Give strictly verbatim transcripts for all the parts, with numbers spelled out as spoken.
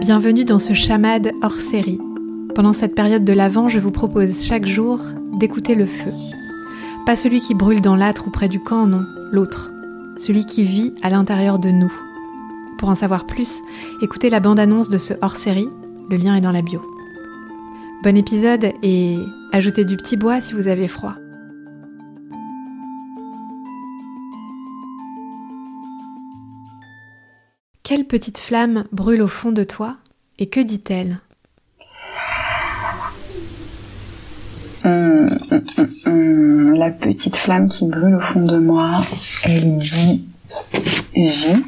Bienvenue dans ce Chamade hors série. Pendant cette période de l'Avent, je vous propose chaque jour d'écouter le feu. Pas celui qui brûle dans l'âtre ou près du camp, non, l'autre. Celui qui vit à l'intérieur de nous. Pour en savoir plus, écoutez la bande-annonce de ce hors-série, le lien est dans la bio. Bon épisode et ajoutez du petit bois si vous avez froid. Quelle petite flamme brûle au fond de toi et que dit-elle ? Hum, hum, hum, hum, la petite flamme qui brûle au fond de moi, elle dit vie.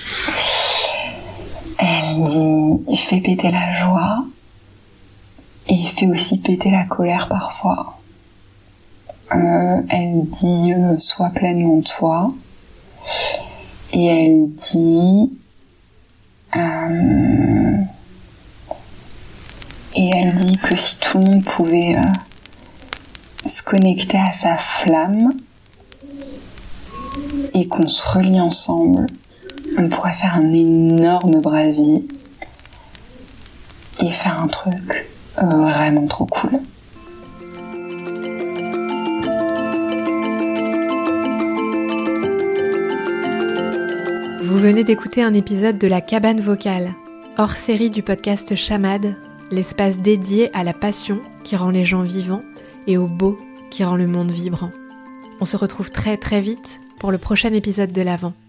Elle dit fais péter la joie et fait aussi péter la colère parfois. Euh, elle dit euh, sois pleinement toi et elle dit euh, et elle dit que si tout le monde pouvait euh, se connecter à sa flamme et qu'on se relie ensemble, on pourrait faire un énorme brasier et faire un truc vraiment trop cool. Vous venez d'écouter un épisode de La Cabane Vocale, hors série du podcast Chamade, l'espace dédié à la passion qui rend les gens vivants et au beau qui rend le monde vibrant. On se retrouve très très vite pour le prochain épisode de l'Avent.